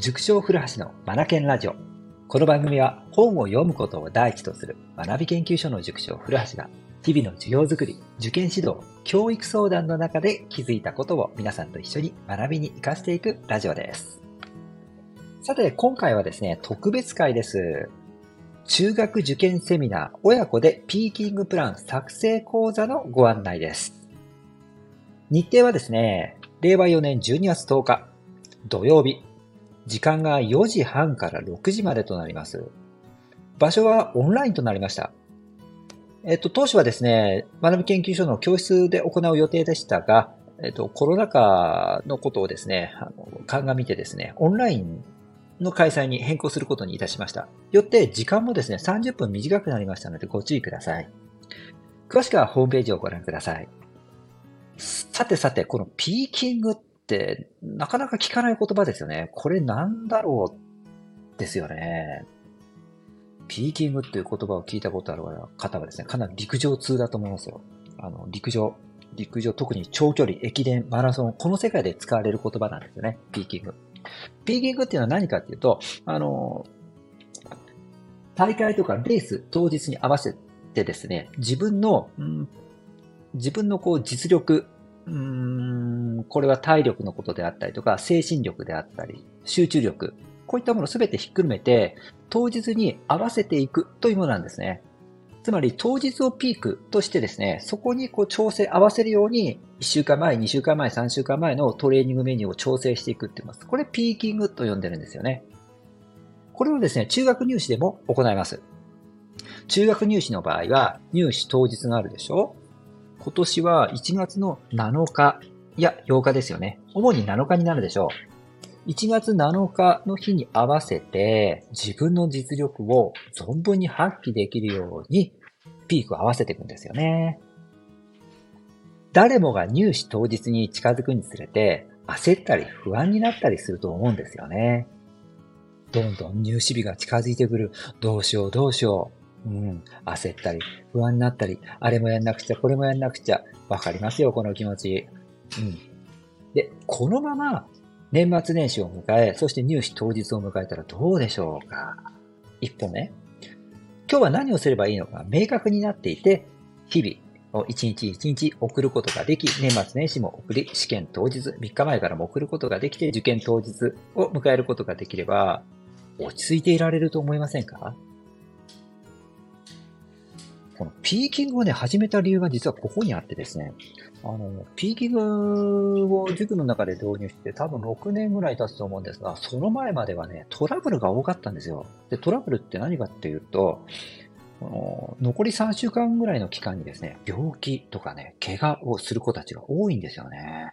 塾長古橋のマナケンラジオ。この番組は本を読むことを第一とする学び研究所の塾長古橋が日々の授業づくり、受験指導、教育相談の中で気づいたことを皆さんと一緒に学びに活かしていくラジオです。さて今回はですね、特別会です。中学受験セミナー親子でピーキングプラン作成講座のご案内です。日程はですね、令和4年12月10日土曜日。時間が4時半から6時までとなります。場所はオンラインとなりました。当初はですね、学び研究所の教室で行う予定でしたが、コロナ禍のことをですね、鑑みてですね、オンラインの開催に変更することにいたしました。よって時間もですね、30分短くなりましたのでご注意ください。詳しくはホームページをご覧ください。さて、このピーキングってなかなか聞かない言葉ですよね。これなんだろうですよね。ピーキングっていう言葉を聞いたことある方はですね、かなり陸上通だと思いますよ。陸上、特に長距離、駅伝、マラソン、この世界で使われる言葉なんですよね。ピーキング。ピーキングっていうのは何かっていうと、大会とかレース当日に合わせてですね、自分のこう実力、これは体力のことであったりとか、精神力であったり、集中力、こういったものをすべてひっくるめて、当日に合わせていくというものなんですね。つまり当日をピークとしてですね、そこにこう調整合わせるように、1週間前、2週間前、3週間前のトレーニングメニューを調整していくって言います。これピーキングと呼んでるんですよね。これをですね、中学入試でも行います。中学入試の場合は、入試当日があるでしょ。今年は1月の7日、いや8日ですよね。主に7日になるでしょう。1月7日の日に合わせて自分の実力を存分に発揮できるようにピークを合わせていくんですよね。誰もが入試当日に近づくにつれて焦ったり不安になったりすると思うんですよね。どんどん入試日が近づいてくる。どうしよう。焦ったり、不安になったり、あれもやんなくちゃ、これもやんなくちゃ。わかりますよ、この気持ち。で、このまま年末年始を迎え、そして入試当日を迎えたらどうでしょうか。一歩ね、今日は何をすればいいのか明確になっていて、日々を一日一日送ることができ、年末年始も送り、試験当日、3日前からも送ることができて、受験当日を迎えることができれば、落ち着いていられると思いませんか？このピーキングをね、始めた理由が実はここにあってですね、ピーキングを塾の中で導入して多分6年ぐらい経つと思うんですが、その前まではね、トラブルが多かったんですよ。で、トラブルって何かっていうと、残り3週間ぐらいの期間にですね、病気とかね、怪我をする子たちが多いんですよね。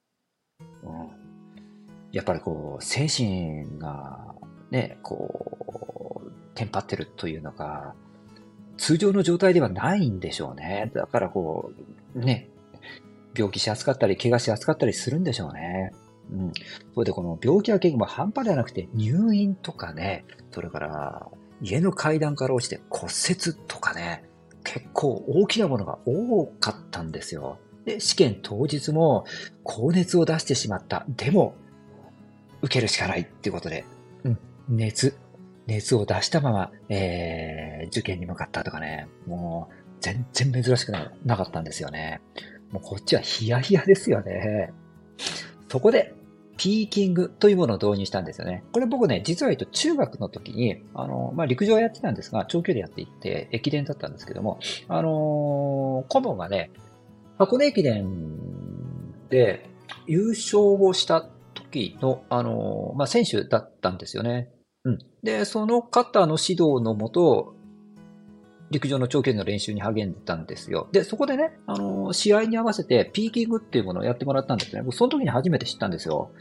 やっぱりこう、精神がね、こう、テンパってるというのか、通常の状態ではないんでしょうね。だからこう、ね、病気しやすかったり、怪我しやすかったりするんでしょうね。それでこの病気や怪我も半端ではなくて、入院とかね、それから家の階段から落ちて骨折とかね、結構大きなものが多かったんですよ。で、試験当日も高熱を出してしまった。でも、受けるしかないっていうことで、熱を出したまま、受験に向かったとかね、もう全然珍しくなかったんですよね。もうこっちはヒヤヒヤですよね。そこで、ピーキングというものを導入したんですよね。これ僕ね、実は言うと中学の時に、陸上やってたんですが、長距離やっていって、駅伝だったんですけども、顧問がね、箱根駅伝で優勝をした時の、選手だったんですよね。で、その方の指導のもと、陸上の長距離の練習に励んでたんですよ。で、そこでね、試合に合わせてピーキングっていうものをやってもらったんですね。僕その時に初めて知ったんですよ。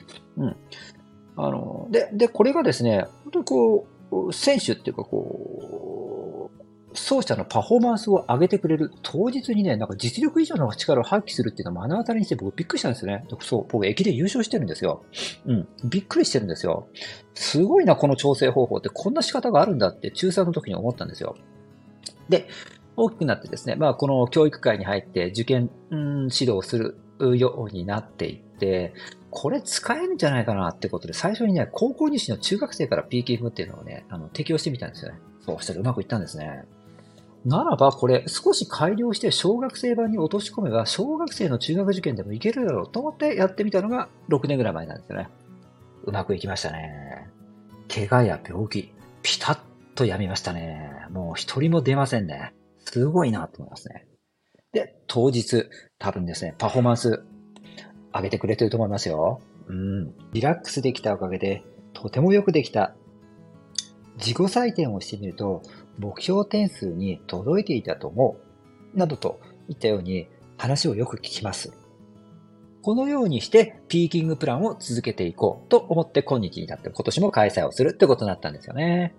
で、これがですね、本当にこう、選手っていうかこう、走者のパフォーマンスを上げてくれる。当日にね、なんか実力以上の力を発揮するっていうのを目の当たりにして僕びっくりしたんですよね。そう、僕駅伝優勝してるんですよ。びっくりしてるんですよ。すごいな、この調整方法ってこんな仕方があるんだって中3の時に思ったんですよ。で、大きくなってですね、この教育界に入って受験、指導をするようになっていって、これ使えるんじゃないかなってことで、最初にね、高校入試の中学生からピーキングっていうのをね、適用してみたんですよね。そうしたらうまくいったんですね。ならば、これ少し改良して小学生版に落とし込めば、小学生の中学受験でもいけるだろうと思ってやってみたのが6年ぐらい前なんですよね。うまくいきましたね。怪我や病気、ピタッとやみましたね。もう一人も出ませんね。すごいなと思いますね。で、当日、多分ですね、パフォーマンス上げてくれてると思いますよ。リラックスできたおかげで、とてもよくできた。自己採点をしてみると、目標点数に届いていたと思う。などといったように話をよく聞きます。このようにしてピーキングプランを続けていこうと思って今日に至って今年も開催をするってことになったんですよね。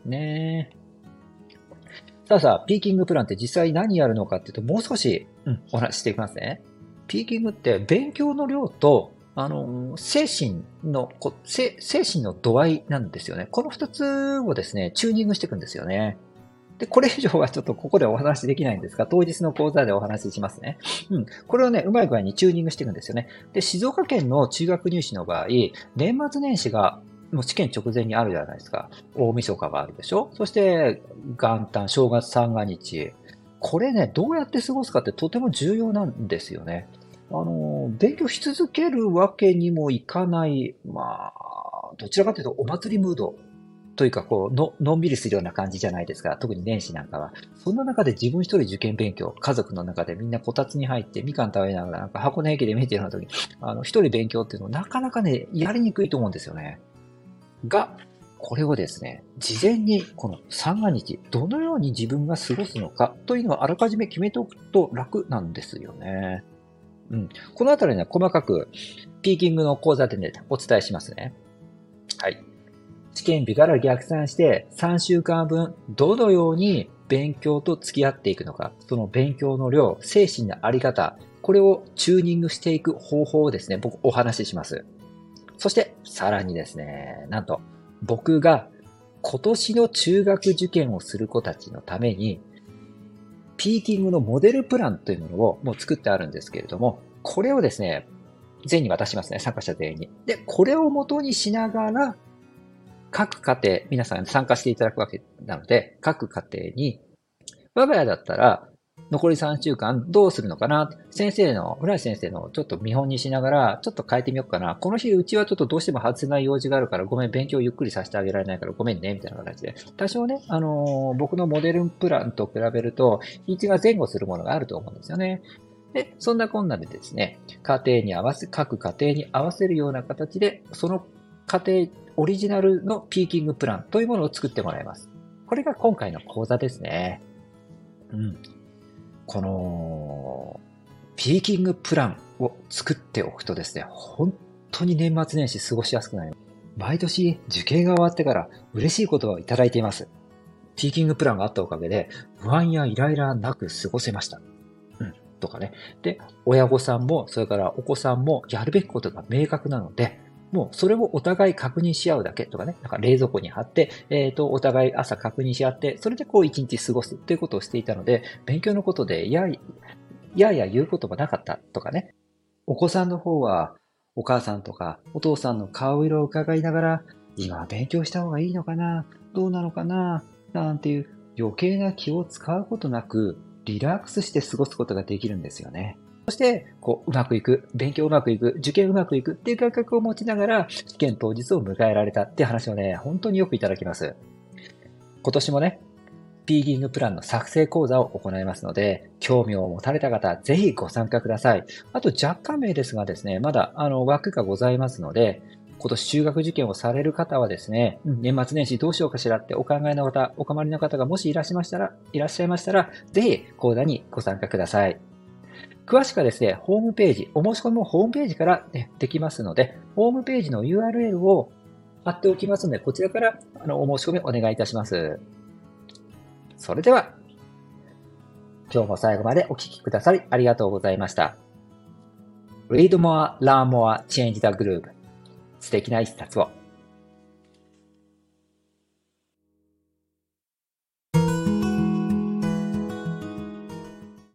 さあ、ピーキングプランって実際何やるのかっていうと、もう少し、お話ししていきますね。ピーキングって勉強の量と、精神の度合いなんですよね。この二つをですね、チューニングしていくんですよね。で、これ以上はちょっとここでお話しできないんですが、当日の講座でお話ししますね。これをね、うまい具合にチューニングしていくんですよね。で、静岡県の中学入試の場合、年末年始がもう試験直前にあるじゃないですか。大晦日があるでしょ。そして、元旦、正月三が日。これね、どうやって過ごすかってとても重要なんですよね。勉強し続けるわけにもいかない、どちらかというとお祭りムードというか、のんびりするような感じじゃないですか。特に年始なんかは。そんな中で自分一人受験勉強、家族の中でみんなこたつに入って、みかん食べながら、なんか箱根駅で見てるような時に、一人勉強っていうのはなかなかね、やりにくいと思うんですよね。が、これをですね、事前にこの三が日、どのように自分が過ごすのかというのをあらかじめ決めておくと楽なんですよね。このあたりね、細かく、ピーキングの講座でね、お伝えしますね。はい。試験日から逆算して3週間分、どのように勉強と付き合っていくのか、その勉強の量、精神のあり方、これをチューニングしていく方法をですね、僕お話しします。そして、さらにですね、なんと、僕が今年の中学受験をする子たちのために、ピーキングのモデルプランというものをもう作ってあるんですけれども、これをですね、全員に渡しますね、参加者全員に。で、これを元にしながら、各家庭、皆さん参加していただくわけなので、各家庭に、我が家だったら、残り3週間どうするのかな、村井先生のちょっと見本にしながら、ちょっと変えてみようかな。この日、うちはちょっとどうしても外せない用事があるから、ごめん、勉強ゆっくりさせてあげられないからごめんね、みたいな形で。多少ね、僕のモデルプランと比べると、日にちが前後するものがあると思うんですよね。で、そんなこんなでですね、各家庭に合わせるような形で、その家庭オリジナルのピーキングプランというものを作ってもらいます。これが今回の講座ですね。この、ピーキングプランを作っておくとですね、本当に年末年始過ごしやすくなります。毎年受験が終わってから嬉しい言葉をいただいています。ピーキングプランがあったおかげで不安やイライラなく過ごせました。とかね。で、親御さんも、それからお子さんもやるべきことが明確なので、もうそれをお互い確認し合うだけとかね、なんか冷蔵庫に貼って、お互い朝確認し合って、それでこう一日過ごすということをしていたので、勉強のことでや言うこともなかったとかね。お子さんの方は、お母さんとかお父さんの顔色を伺いながら、今は勉強した方がいいのかな、どうなのかな、なんていう余計な気を使うことなく、リラックスして過ごすことができるんですよね。そして、うまくいく、勉強うまくいく、受験うまくいくっていう感覚を持ちながら、試験当日を迎えられたって話をね、本当によくいただきます。今年もね、ピーキングプランの作成講座を行いますので、興味を持たれた方、ぜひご参加ください。あと若干名ですがですね、まだ枠がございますので、今年中学受験をされる方はですね、年末年始どうしようかしらってお考えの方、お困りの方がもしいらっしゃいましたら、ぜひ講座にご参加ください。詳しくはですね、ホームページ、お申し込みもホームページから、ね、できますので、ホームページの URL を貼っておきますので、こちらからお申し込みお願いいたします。それでは、今日も最後までお聞きくださりありがとうございました。Read more, learn more, change the groove。素敵な一冊を。